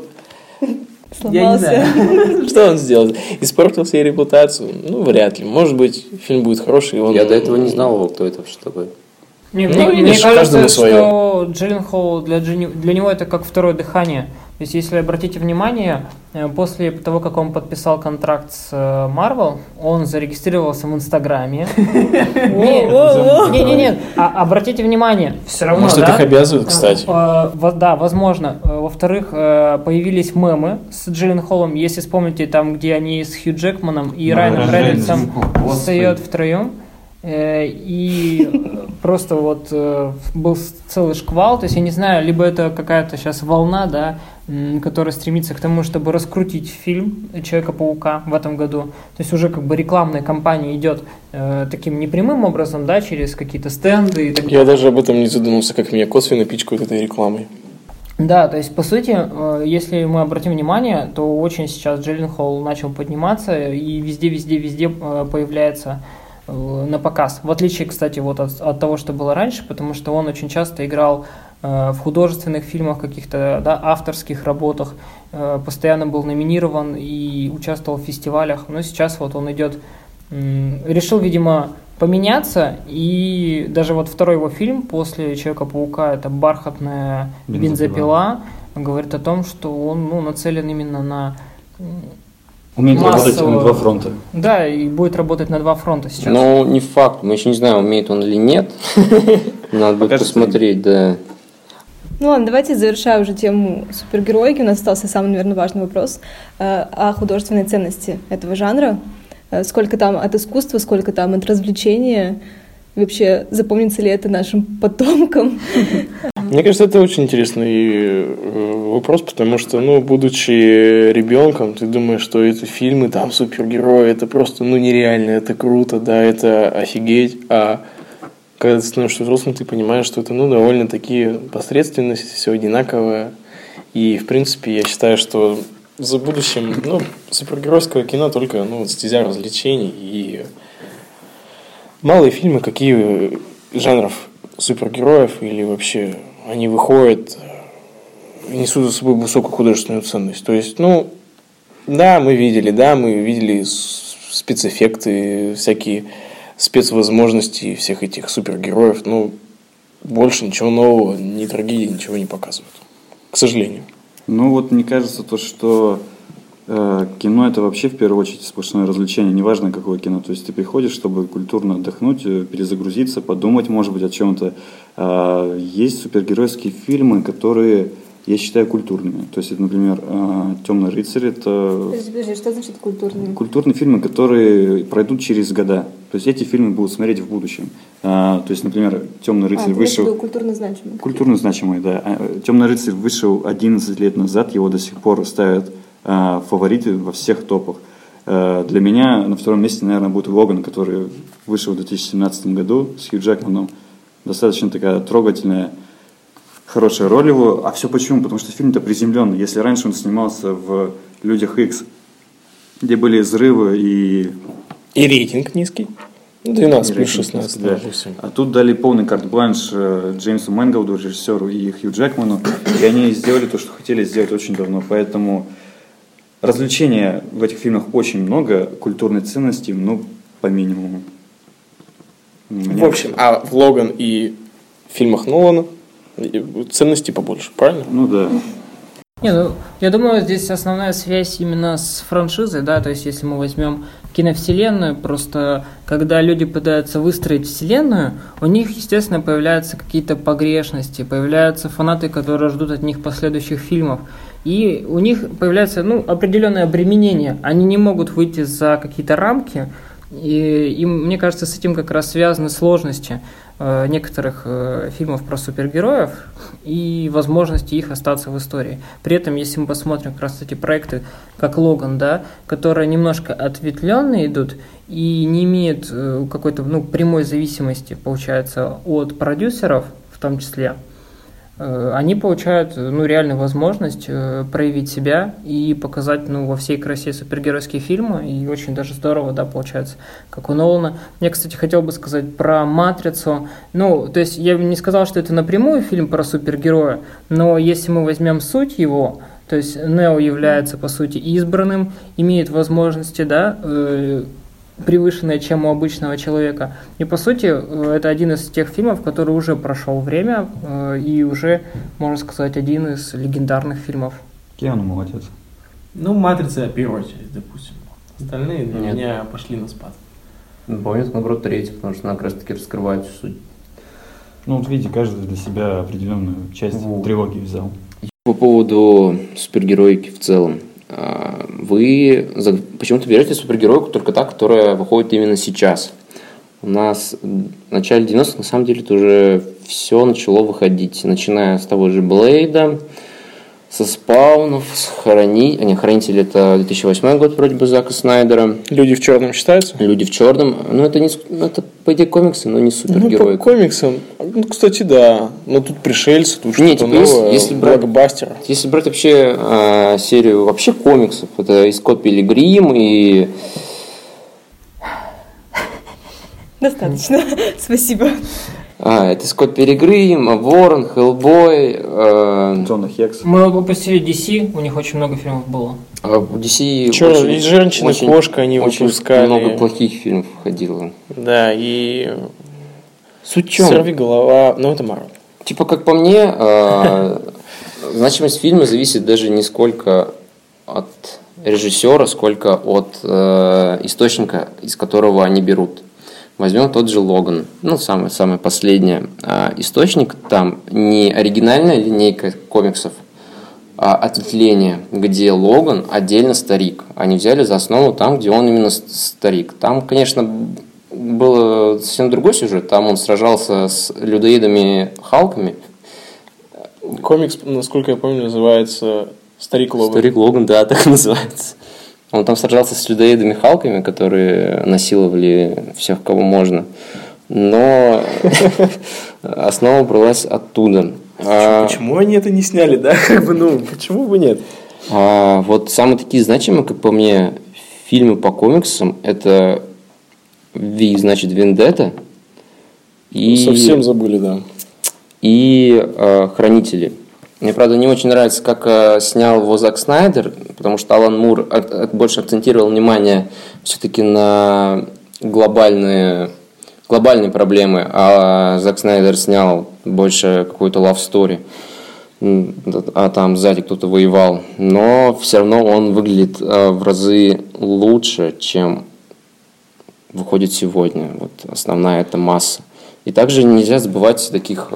Я не знаю, что он сделал. Испортил себе репутацию? Вряд ли. Может быть, фильм будет хороший. Я до этого не знал, кто это, что такое. Мне кажется, что Джилленхол для него это как второе дыхание. То есть, если обратите внимание, после того, как он подписал контракт с Marvel, он зарегистрировался в Инстаграме. Нет. Обратите внимание, все равно. Может, это их обязывает, кстати. Да, возможно. Во-вторых, появились мемы с Джилленхолом. Если вспомните, там, где они с Хью Джекманом и Райаном Рейнольдсом встают втроем. И просто был целый шквал, то есть я не знаю, либо это какая-то сейчас волна, да, которая стремится к тому, чтобы раскрутить фильм Человека-паука в этом году. То есть уже как бы рекламная кампания идет таким непрямым образом, да, через какие-то стенды. И так я даже об этом не задумался, как меня косвенно пичкают этой рекламой. Да, то есть, по сути, если мы обратим внимание, то очень сейчас Джилленхол начал подниматься и везде появляется на показ. В отличие, кстати, от того, что было раньше, потому что он очень часто играл в художественных фильмах, каких-то авторских работах, постоянно был номинирован и участвовал в фестивалях. Но сейчас он идет, решил, видимо, поменяться, и даже вот второй его фильм после Человека-паука, это «Бархатная бензопила», говорит о том, что он нацелен именно на умеет работать на два фронта. Да, и будет работать на два фронта сейчас. Но не факт, мы еще не знаем, умеет он или нет. Надо будет посмотреть, да. Ну ладно, давайте завершая уже тему супергероики. У нас остался самый, наверное, важный вопрос о художественной ценности этого жанра. Сколько там от искусства, сколько там от развлечения. Вообще, запомнится ли это нашим потомкам? Мне кажется, это очень интересный вопрос, потому что, будучи ребенком, ты думаешь, что эти фильмы, там, супергерои, это просто, нереально, это круто, да, это офигеть, а когда ты становишься взрослым, ты понимаешь, что это, довольно такие посредственности, все одинаковое, и, в принципе, я считаю, что за будущим, супергеройского кино только, стезя развлечений, и малые фильмы, какие жанров супергероев или вообще они выходят и несут за собой высокую художественную ценность. То есть, да, мы видели спецэффекты, всякие спецвозможности всех этих супергероев, больше ничего нового, ни трагедии, ничего не показывают, к сожалению. Мне кажется, что кино — это вообще в первую очередь сплошное развлечение, неважно какое кино. То есть ты приходишь, чтобы культурно отдохнуть, перезагрузиться, подумать, может быть, о чем-то. Есть супергеройские фильмы, которые, я считаю, культурными. То есть, например, «Темный рыцарь» — это... Подожди, что значит культурными? Культурные фильмы, которые пройдут через года. То есть эти фильмы будут смотреть в будущем. То есть, например, «Темный рыцарь» вышел... Культурно значимый. Культурно значимый, да. «Темный рыцарь» вышел 11 лет назад, его до сих пор ставят фавориты во всех топах. Для меня на втором месте, наверное, будет «Логан», который вышел в 2017 году с Хью Джекманом. Достаточно такая трогательная, хорошая роль его. А все почему? Потому что фильм-то приземленный. Если раньше он снимался в «Людях Икс», где были взрывы и рейтинг низкий. 12 плюс 16. Да. А тут дали полный карт-бланш Джеймсу Мэнголду, режиссеру, и Хью Джекману. И они сделали то, что хотели сделать очень давно. Поэтому развлечения в этих фильмах очень много, культурной ценности, по минимуму. В общем, а в «Логан» и в фильмах Нолана ценности побольше, правильно? Да. Я думаю, здесь основная связь именно с франшизой, да, то есть если мы возьмем киновселенную, просто когда люди пытаются выстроить вселенную, у них, естественно, появляются какие-то погрешности, появляются фанаты, которые ждут от них последующих фильмов, и у них появляется, определенное обременение, они не могут выйти за какие-то рамки, и мне кажется, с этим как раз связаны сложности некоторых фильмов про супергероев и возможности их остаться в истории. При этом, если мы посмотрим как раз эти проекты, как «Логан», да, которые немножко ответвленные идут и не имеют какой-то прямой зависимости, получается, от продюсеров в том числе, они получают реальную возможность проявить себя и показать во всей красе супергеройские фильмы, и очень даже здорово, да, получается, как у Нолана. Я, кстати, хотел бы сказать про «Матрицу». То есть я не сказал, что это напрямую фильм про супергероя, но если мы возьмем суть его, то есть Нео является, по сути, избранным, имеет возможности, да, превышенная, чем у обычного человека. И, по сути, это один из тех фильмов, который уже прошел время и уже, можно сказать, один из легендарных фильмов. Киану молодец. «Матрица» в первую очередь, допустим. Остальные для меня пошли на спад. Помню, наоборот, третий, потому что она как раз-таки раскрывает всю суть. Видите, каждый для себя определенную часть трилогии взял. По поводу супергероики в целом. Вы почему-то берете супергеройку только та, которая выходит именно сейчас. У нас в начале 90-х, на самом деле, это уже все начало выходить. Начиная с того же Блейда, со Спаунов, с Хранители, это 2008 год вроде бы Зака Снайдера. «Люди в черном» считаются? «Люди в черном». Это по идее комиксы, но не супергеройка. По комиксам, кстати, да. Но тут «Пришельцы», тут что-то новое, если блокбастер. Если брать вообще серию вообще комиксов, это и «Скотт Пилигрим», и... Достаточно. Спасибо. Это Скотт Пилигрим, Ворон, Хеллбой. Джона Хекс. Мы выпустили DC, у них очень много фильмов было. У DC и «Женщина-кошка» они очень выпускали. Много плохих фильмов выходило. Да, и суть в чем? «Сорвиголова», это Марвел. Типа, как по мне, значимость фильма зависит даже не сколько от режиссера, сколько от источника, из которого они берут. Возьмем тот же «Логан», самое последнее. Источник там не оригинальная линейка комиксов, а ответвление, где Логан отдельно старик. Они взяли за основу там, где он именно старик. Там, конечно, был совсем другой сюжет. Там он сражался с людоедами-халками. Комикс, насколько я помню, называется «Старик Логан». «Старик Логан», да, так называется. Он там сражался с людоедами-халками, которые насиловали всех, кого можно. Но основа бралась оттуда. Почему они это не сняли, да? Почему бы нет? Вот самые такие значимые, как по мне, фильмы по комиксам, это значит, «Вендетта». Совсем забыли, да. И «Хранители». Мне, правда, не очень нравится, как снял его Зак Снайдер, потому что Алан Мур больше акцентировал внимание все-таки на глобальные проблемы, а Зак Снайдер снял больше какую-то love story, а там сзади кто-то воевал. Но все равно он выглядит в разы лучше, чем выходит сегодня. Вот основная эта масса. И также нельзя забывать таких...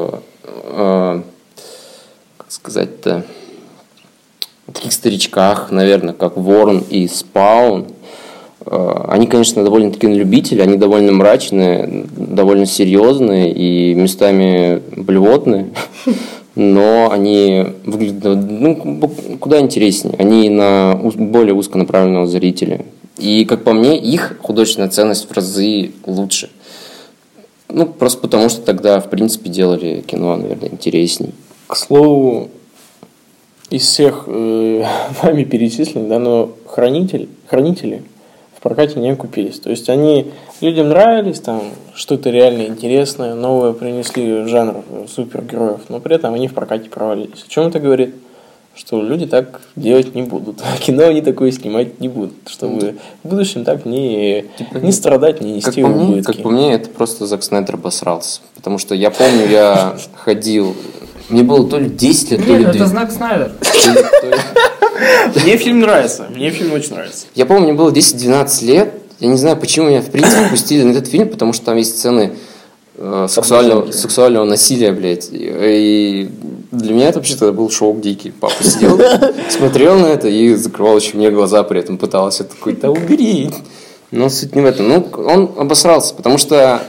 сказать-то, о таких старичках, наверное, как Ворон и Спаун. Они, конечно, довольно-таки любители, они довольно мрачные, довольно серьезные и местами блевотные, но они выглядят куда интереснее. Они на более узконаправленного зрителя. И, как по мне, их художественная ценность в разы лучше. Просто потому, что тогда, в принципе, делали кино, наверное, интересней. К слову, из всех вами перечисленных, но хранители в прокате не окупились. То есть они людям нравились, там что-то реально интересное, новое принесли в жанр супергероев, но при этом они в прокате провалились. О чем это говорит? Что люди так делать не будут. Кино они такое снимать не будут, чтобы в будущем так не страдать, не нести убытки. Как по мне, это просто Зак Снайдер обосрался. Потому что я помню, я ходил... Мне было то ли 10 лет, то ли 2. Нет, это Зак Снайдер. Мне фильм нравится. Мне фильм очень нравится. Я помню, мне было 10-12 лет. Я не знаю, почему меня, в принципе, пустили на этот фильм, потому что там есть сцены сексуального насилия, блядь. И для меня это вообще-то был шок дикий. Папа сидел, смотрел на это и закрывал еще мне глаза, при этом пытался такой: да убери. Но суть не в этом. Он обосрался, потому что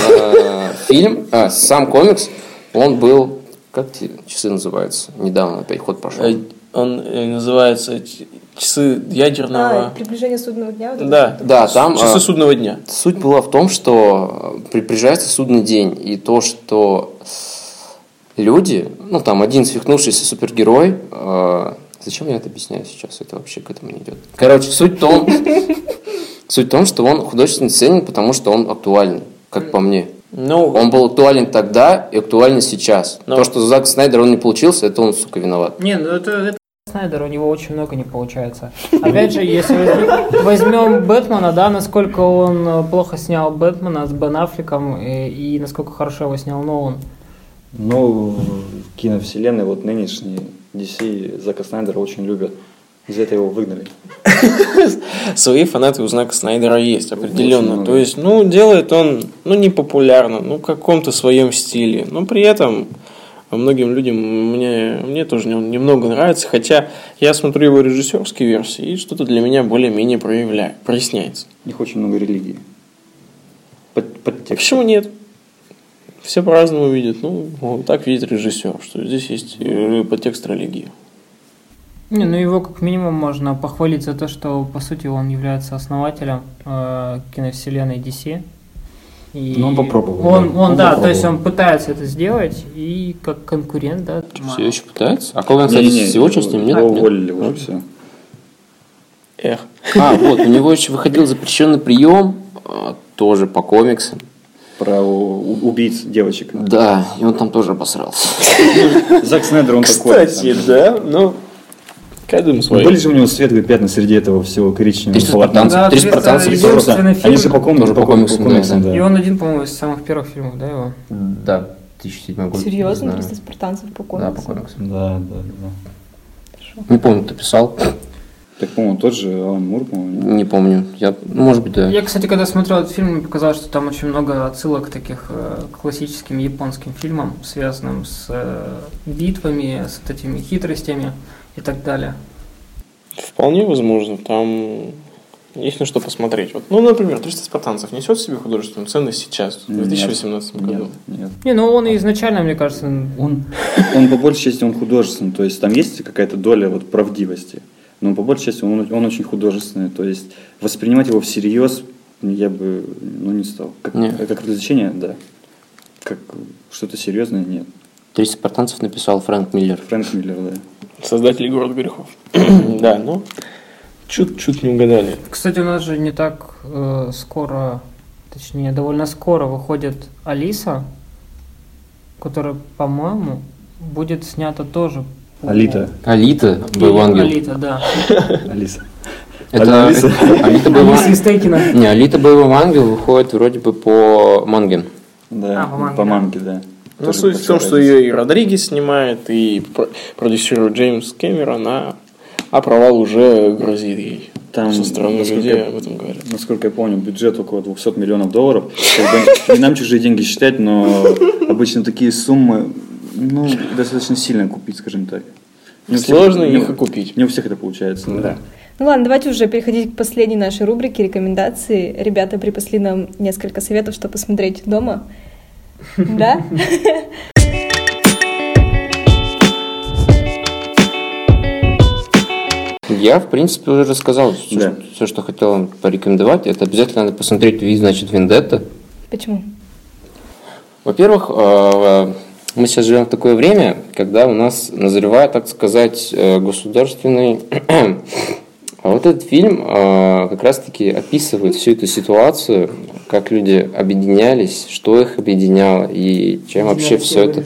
сам комикс, он был... Как эти часы называются? Недавно опять ход пошел. Он называется «Часы ядерного...» «Приближение судного дня». Да, там... «Часы судного дня». Суть была в том, что приближается судный день. И то, что люди... там один свихнувшийся супергерой... Зачем я это объясняю сейчас? Это вообще к этому не идет. Короче, суть в том, что он художественно ценен, потому что он актуальный, как по мне. Он был актуален тогда и актуален сейчас. То, что Зак Снайдер он не получился, это он, сука, виноват. Это Снайдер, у него очень много не получается. Опять же, если возьмем Бэтмена, да, насколько он плохо снял Бэтмена с Бен Аффлеком и насколько хорошо его снял Нолан. Киновселенной нынешней DC Зака Снайдера очень любят. За это его выгнали. Свои фанаты у Зака Снайдера есть, определенно. То есть, делает он, не популярно, в каком-то своем стиле. Но при этом многим людям мне тоже немного нравится. Хотя я смотрю его режиссерские версии, и что-то для меня более-менее проясняется. У них очень много религии. Почему нет? Все по-разному видят. Так видит режиссер, что здесь есть подтекст религии. Его как минимум можно похвалить за то, что по сути он является основателем киновселенной DC. Он попробовал. То есть он пытается это сделать и как конкурент, да. Все еще пытается? А Колин, кстати, с его частью нет? Его уволили уже все. У него еще выходил «Запрещенный прием», тоже по комиксам. Про убийц девочек. Да, и он там тоже обосрался. Зак Снайдер, он такой. Кстати, да, ну, каждому свое. Были же у него светлые пятна среди этого всего коричневого полотна. 300 Они же по комиксам, да. И он один, по-моему, из самых первых фильмов, да, его? Да, 2007 год. Серьезно? 300 спартанцев по комиксам? Да, по комиксам. Да. Не помню, кто писал. Так, по-моему, тот же Алан Мур, по-моему. Не помню. Может быть, да. Я, кстати, когда смотрел этот фильм, мне показалось, что там очень много отсылок таких к классическим японским фильмам, связанным с битвами, с вот этими хитростями и так далее. Вполне возможно, там есть на что посмотреть. Вот, ну, например, 300 спартанцев несет в себе художественную ценность сейчас, в 2018 году? Нет. Не, ну он изначально, мне кажется... Он по большей части он художественный, то есть там есть какая-то доля вот правдивости, но по большей части он очень художественный, то есть воспринимать его всерьез я бы не стал. Как развлечение, да. Как что-то серьезное, нет. 300 спартанцев написал Фрэнк Миллер. Фрэнк Миллер, да. Создатель «Город грехов». Да, ну, чуть не угадали. Кстати, у нас же не так скоро, точнее, довольно скоро выходит «Алиса», которая, по-моему, будет снята тоже. Алита. Алита, боевой ангел. Алита, да. Алиса. Это Алита боевой Алиса из Тейкина. Не, Алита боевой ангел выходит вроде бы по манге. Да, по манге, да. Ну, суть в том, что ее и Родригес снимает, и продюсирует Джеймс Кэмерон, а провал уже грозит ей. Там, со стороны людей об этом говорят. Насколько я помню, бюджет около $200 миллионов. Не нам чужие деньги считать, но обычно такие суммы достаточно сильно купить, скажем так. Сложно их купить. Не у всех это получается. Да. Ну ладно, давайте уже переходить к последней нашей рубрике рекомендации. Ребята припасли нам несколько советов, что посмотреть дома. Да? Я, в принципе, уже рассказал все, что хотел вам порекомендовать. Это обязательно надо посмотреть «Вендетта». Почему? Во-первых, мы сейчас живем в такое время, когда у нас назревает, так сказать, государственный... А вот этот фильм как раз-таки описывает всю эту ситуацию, как люди объединялись, что их объединяло и чем вообще все это...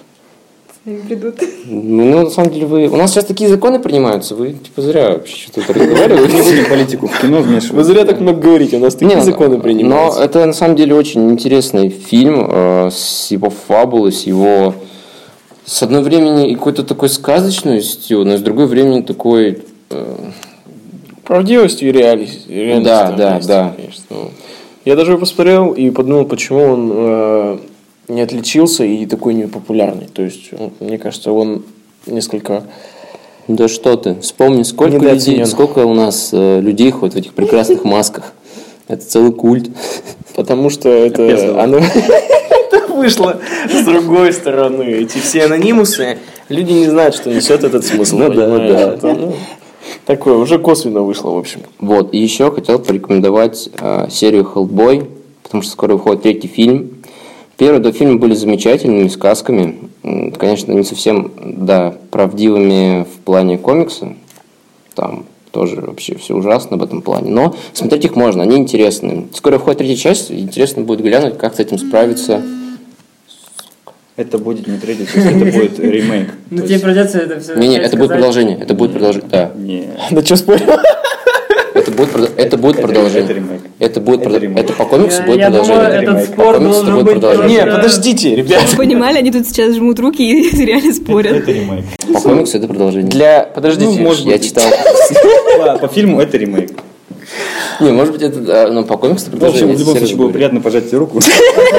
Ну, на самом деле, у нас сейчас такие законы принимаются, вы типа зря вообще что-то разговариваете. Не будем политику в кино вмешивать. Вы зря так много говорите, у нас такие законы принимаются. Но это на самом деле очень интересный фильм с его фабулой, с его... С одной времени какой-то такой сказочностью, но с другой времени такой... Правдивостью и реальностью. Да. Я даже посмотрел и подумал, почему он не отличился и такой непопулярный. То есть, мне кажется, он несколько... Да что ты, вспомни, сколько у нас людей ходит в этих прекрасных масках. Это целый культ. Потому что это вышло с другой стороны. Эти все анонимусы, люди не знают, что несет этот смысл. Такое уже косвенно вышло, в общем. Вот, и еще хотел порекомендовать серию «Хеллбой», потому что скоро выходит 3-й фильм. Первые 2 фильма были замечательными сказками, конечно, не совсем, правдивыми в плане комикса, там тоже вообще все ужасно в этом плане, но смотреть их можно, они интересны. Скоро выходит 3-я часть, интересно будет глянуть, как с этим справиться. Это будет не 3-я часть, это будет ремейк. Ну тебе придется это все... Не, это будет продолжение, да. Да что спорил? Это будет продолжение. Это будет продолжение. Это по комиксу будет продолжение. Я думаю, этот спор должен быть... Нет, подождите, ребята. Вы понимали, они тут сейчас жмут руки и реально спорят. Это ремейк. По комиксу это продолжение. Подождите, я читал. По фильму это ремейк. Не, может быть, это по комиксу это продолжение. В любом случае было приятно пожать тебе руку.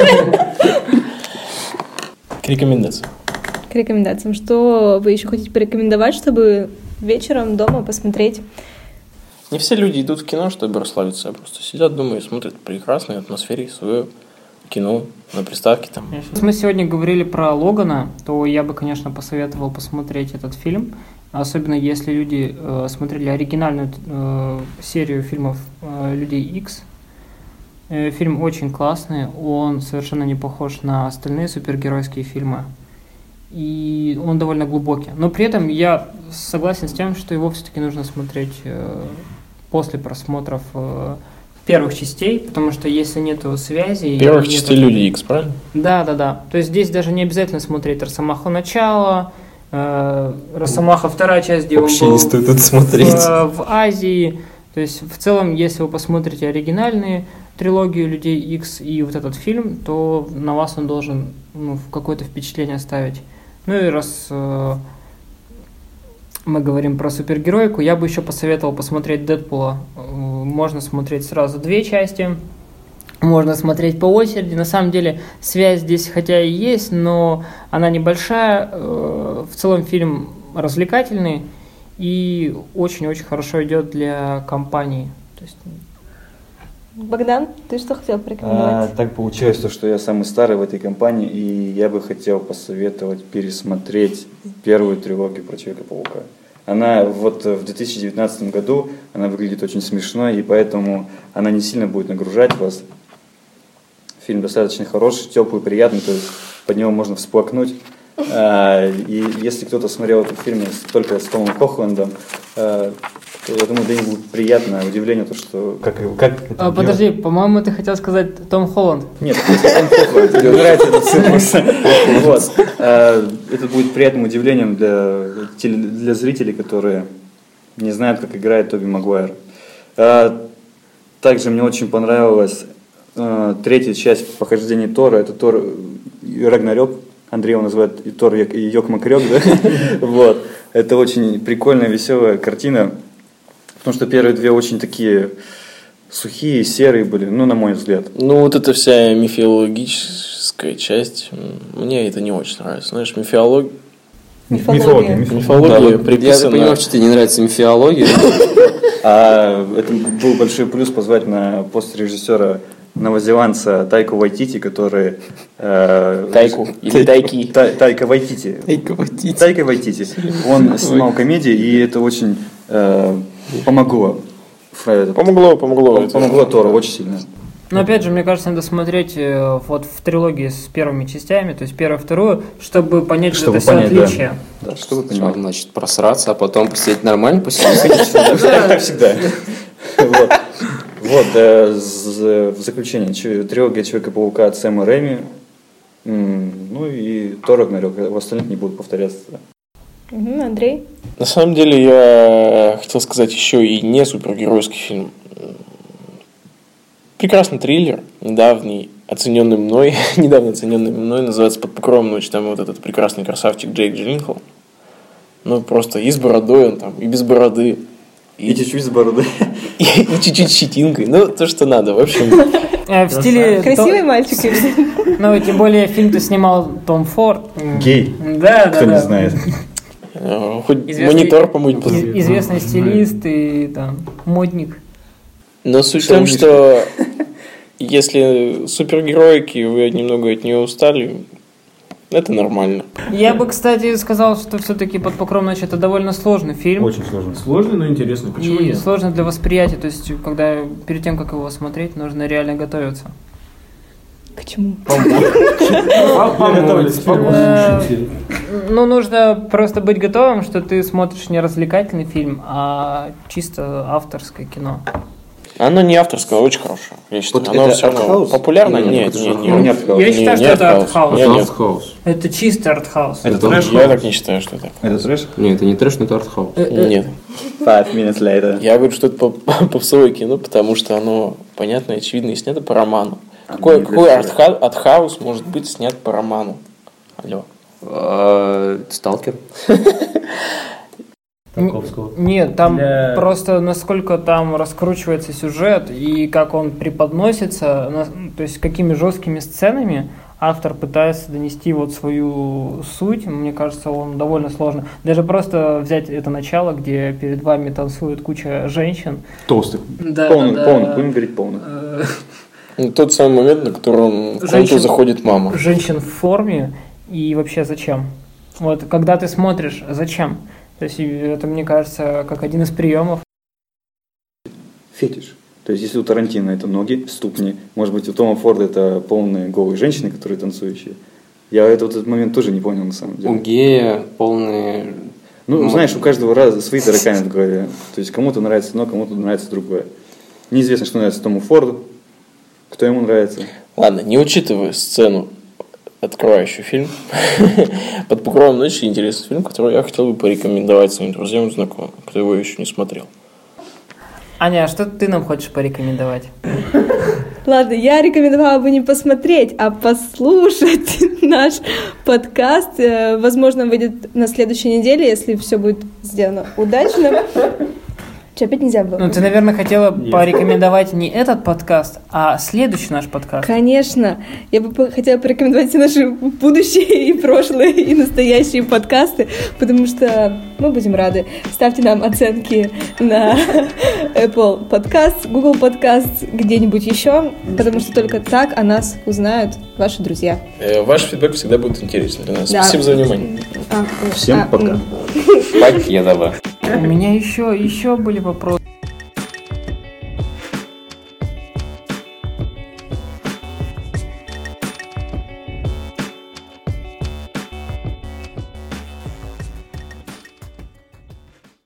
К рекомендациям. К рекомендациям. Что вы еще хотите порекомендовать, чтобы вечером дома посмотреть? Не все люди идут в кино, чтобы расслабиться, а просто сидят дома и смотрят в прекрасной атмосфере свое кино на приставке там. Если мы сегодня говорили про Логана, то я бы, конечно, посоветовал посмотреть этот фильм, особенно если люди смотрели оригинальную серию фильмов «Людей Икс». Фильм очень классный, он совершенно не похож на остальные супергеройские фильмы, и он довольно глубокий. Но при этом я согласен с тем, что его все-таки нужно смотреть после просмотров первых частей, потому что если нету связи... Первых частей Люди Икс, правильно? Да. То есть здесь даже не обязательно смотреть Росомаху начало, Росомаха вторая часть, где вообще он был не стоит это смотреть. в Азии. То есть в целом, если вы посмотрите оригинальные трилогию Людей Икс и вот этот фильм, то на вас он должен какое-то впечатление оставить. Ну и раз мы говорим про супергеройку, я бы еще посоветовал посмотреть Дэдпула. Можно смотреть сразу 2 части, можно смотреть по очереди. На самом деле связь здесь хотя и есть, но она небольшая. В целом фильм развлекательный и очень-очень хорошо идет для компании. То есть... Богдан, ты что хотел порекомендовать? Так получилось, что я самый старый в этой компании, и я бы хотел посоветовать пересмотреть первую трилогию про Человека-паука. Она вот в 2019 году, она выглядит очень смешной, и поэтому она не сильно будет нагружать вас. Фильм достаточно хороший, теплый, приятный, то есть под него можно всплакнуть. И если кто-то смотрел этот фильм только с Томом Холландом, то я думаю, да им будет приятное удивление, то, что как это подожди, по-моему, ты хотел сказать Том Холланд. Нет, Том Холланд, тебе нравится этот циркус. Вот. Это будет приятным удивлением для зрителей, которые не знают, как играет Тоби Магуайр. Также мне очень понравилась 3-я часть похождений Тора, это Тор Рагнарёк. Андрей его называет и Тор, и Йок-Макрёк, да? Вот. Это очень прикольная, веселая картина, потому что первые 2 очень такие сухие, серые были, на мой взгляд. Вот эта вся мифологическая часть, мне это не очень нравится. Знаешь, мифология приписана... Я понимаю, что тебе не нравится мифология. Это был большой плюс позвать на пост режиссера новозеландца Тайку Вайтити, который... Тайку или Тайки? Тайка Вайтити. Тайка Вайтити. Он снимал комедии, и это очень помогло. Помогло Тору очень сильно. Но опять же, мне кажется, надо смотреть вот в трилогии с первыми частями, то есть первую, вторую, чтобы понять, что это все отличие. Да, чтобы понимать. Значит, просраться, а потом посидеть нормально, посидеть. Как всегда. Вот, в заключение, трилогия Человека-паука от Сэма Рэйми, и Тор Рагнарёк, в остальных не буду повторяться. Андрей? На самом деле, я хотел сказать еще и не супергеройский фильм. Прекрасный триллер, недавно оцененный мной, называется «Под покровом ночи». Там вот этот прекрасный красавчик Джейк Джилленхол. Просто и с бородой он там, и без бороды. И чуть-чуть с бородой. И чуть-чуть щетинкой. То, что надо, в общем. В стиле... Красивый мальчик. Тем более фильм-то снимал Том Форд. Гей. Да. Кто не знает. Хоть монитор помыть. Известный стилист и модник. Но суть в том, что если супергероики, вы немного от нее устали, это нормально. Я бы, кстати, сказал, что все-таки «Под покровом ночи» это довольно сложный фильм. Очень сложный. Сложный, но интересный. Почему нет? Сложно для восприятия. То есть, когда перед тем, как его смотреть, нужно реально готовиться. К чему? Нужно просто быть готовым, что ты смотришь не развлекательный фильм, а чисто авторское кино. Оно не авторское, а очень хорошее. Я считаю, оно все равно популярное. Нет. Я считаю, что это артхаус. Это чистый артхаус. Это трэш? Я так не считаю, что это. Это трэш? Нет, это не трэш, но это артхаус. Нет. 5 minutes later. Я говорю, что это попсовое кино, потому что оно понятно и очевидно и снято по роману. Какой артхаус может быть снят по роману? Алло. Сталкер. Нет, там просто насколько там раскручивается сюжет и как он преподносится, то есть какими жесткими сценами автор пытается донести свою суть, мне кажется, он довольно сложно. Даже просто взять это начало, где перед вами танцует куча женщин. Толстых. Полных, будем говорить полных. Тот самый момент, на котором в комнату заходит мама. Женщин в форме, и вообще зачем? Когда ты смотришь, зачем? То есть это, мне кажется, как один из приемов. Фетиш. То есть если у Тарантино это ноги, ступни, может быть у Тома Форда это полные голые женщины, которые танцующие. Я этот момент тоже не понял на самом деле. У гея полные... знаешь, у каждого раза свои тараканы в голове. То есть кому-то нравится одно, кому-то нравится другое. Неизвестно, что нравится Тому Форду. Кто ему нравится. Ладно, не учитывая сцену, открывающую фильм, «Под покровом ночи» интересный фильм, который я хотел бы порекомендовать своим друзьям и знакомым, кто его еще не смотрел. Аня, а что ты нам хочешь порекомендовать? Ладно, я рекомендовала бы не посмотреть, а послушать наш подкаст. Возможно, он выйдет на следующей неделе, если все будет сделано удачно. Что, опять нельзя было? Ну, ты, наверное, хотела порекомендовать не этот подкаст, а следующий наш подкаст. Конечно. Я бы хотела порекомендовать все наши будущие и прошлые, и настоящие подкасты, потому что мы будем рады. Ставьте нам оценки на Apple Podcast, Google Podcast, где-нибудь еще, потому что только так о нас узнают ваши друзья. Ваш фидбэк всегда будет интересен для нас. Да. Спасибо за внимание. Всем пока. Покедова. У меня еще были вопросы.